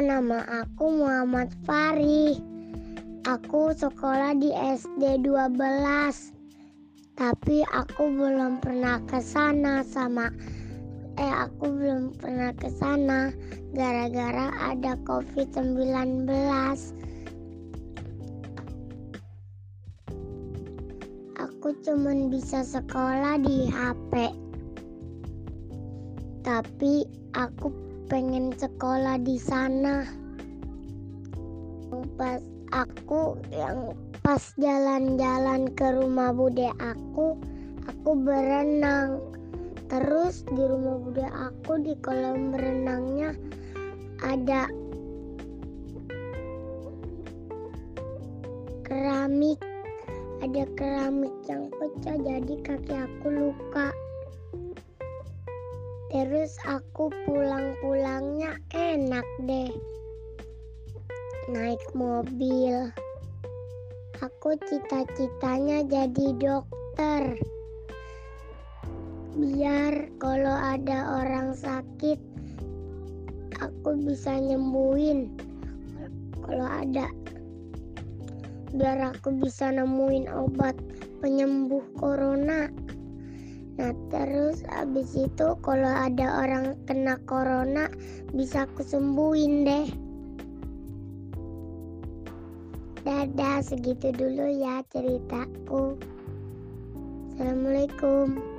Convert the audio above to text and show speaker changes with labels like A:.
A: nama aku Muhammad Fari. Aku sekolah di SD 12. Tapi aku belum pernah ke sana gara-gara ada COVID-19. Aku cuman bisa sekolah di HP. Tapi aku pengen sekolah di sana. Pas jalan-jalan ke rumah bude aku berenang. Terus di rumah bude aku di kolam berenangnya ada keramik yang pecah, jadi kaki aku luka. Terus aku pulangnya enak deh, naik mobil. Aku cita-citanya jadi dokter, biar kalau ada orang sakit aku bisa nyembuhin. Biar aku bisa nemuin obat penyembuh corona. Nah terus abis itu kalau ada orang kena corona bisa aku sembuhin deh. Dadah, segitu dulu ya ceritaku. Assalamualaikum.